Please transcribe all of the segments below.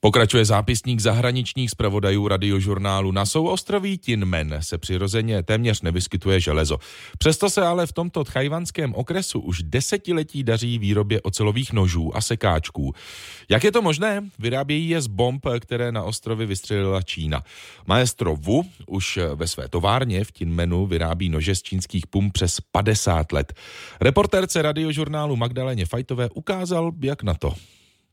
Pokračuje zápisník zahraničních zpravodajů radiožurnálu. Na souostroví Kinmen se přirozeně téměř nevyskytuje železo. Přesto se ale v tomto tchajwanském okresu už desetiletí daří výrobě ocelových nožů a sekáčků. Jak je to možné? Vyrábějí je z bomb, které na ostrově vystřelila Čína. Maestro Wu už ve své továrně v Kinmenu vyrábí nože z čínských pum přes 50 let. Reportérce radiožurnálu Magdaleně Fajtové ukázal, jak na to.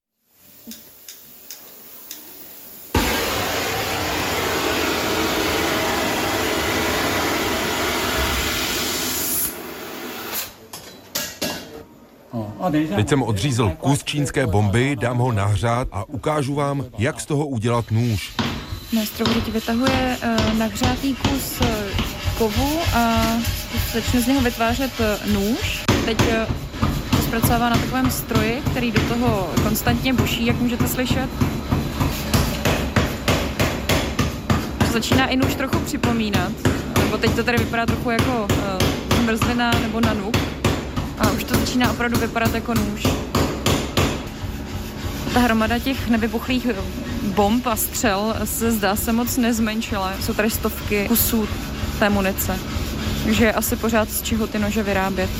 Teď jsem odřízl kus čínské bomby, dám ho nahřát a ukážu vám, jak z toho udělat nůž. Maestro teď vytahuje nahřátý kus kovu a začne z něho vytvářet nůž. Teď to zpracovává na takovém stroji, který do toho konstantně buší, jak můžete slyšet. Začíná i nůž trochu připomínat, nebo teď to tady vypadá trochu jako zmrzlina nebo nanuk. A už to začíná opravdu vypadat jako nůž. Ta hromada těch nevybuchlých bomb a střel se zdá se moc nezmenšila. Jsou tady stovky kusů té munice. Takže je asi pořád z čeho ty nože vyrábět.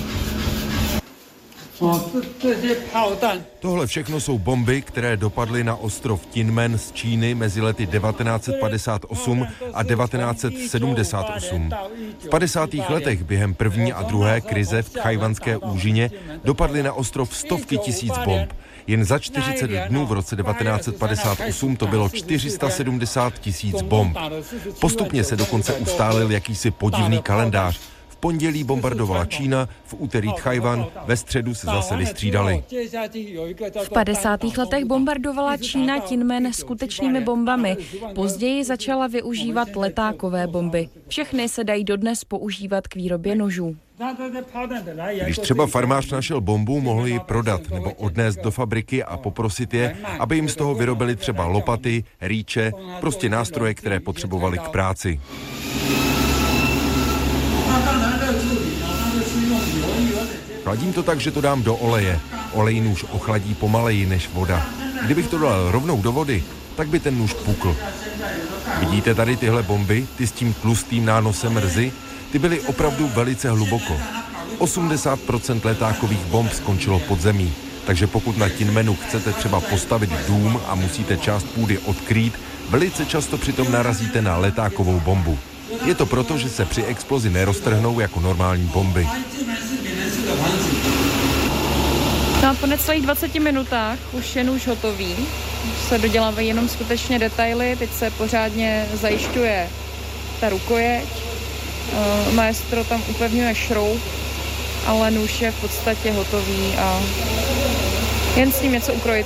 Tohle všechno jsou bomby, které dopadly na ostrov Kinmen z Číny mezi lety 1958 a 1978. V 50. letech během první a druhé krize v tchajwanské úžině dopadly na ostrov stovky tisíc bomb. Jen za 40 dnů v roce 1958 to bylo 470 tisíc bomb. Postupně se dokonce ustálil jakýsi podivný kalendář. V pondělí bombardovala Čína, v úterý Tchajwan, ve středu se zase vystřídali. V 50. letech bombardovala Čína Kinmen skutečnými bombami. Později začala využívat letákové bomby. Všechny se dají dodnes používat k výrobě nožů. Když třeba farmář našel bombu, mohl ji prodat nebo odnést do fabriky a poprosit je, aby jim z toho vyrobili třeba lopaty, rýče, prostě nástroje, které potřebovali k práci. Chladím to tak, že to dám do oleje. Olej nůž ochladí pomaleji než voda. Kdybych to dal rovnou do vody, tak by ten nůž pukl. Vidíte tady tyhle bomby, ty s tím tlustým nánosem rzy? Ty byly opravdu velice hluboko. 80% letákových bomb skončilo pod zemí. Takže pokud na Kinmenu chcete třeba postavit dům a musíte část půdy odkrýt, velice často přitom narazíte na letákovou bombu. Je to proto, že se při explozi neroztrhnou jako normální bomby. No a po necelých 20 minutách už je nůž hotový. Se dodělávají jenom skutečně detaily, teď se pořádně zajišťuje ta rukojeť. Maestro tam upevňuje šroub, ale nůž je v podstatě hotový a jen s ním něco ukrojit.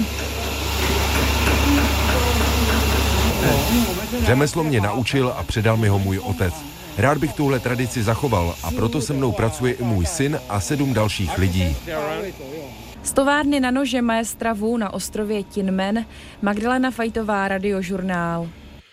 Řemeslo mě naučil a předal mi ho můj otec. Rád bych tuhle tradici zachoval a proto se mnou pracuje i můj syn a 7 dalších lidí. Z továrny na nože maestra Wu na ostrově Kinmen Magdalena Fajtová, Radiožurnál.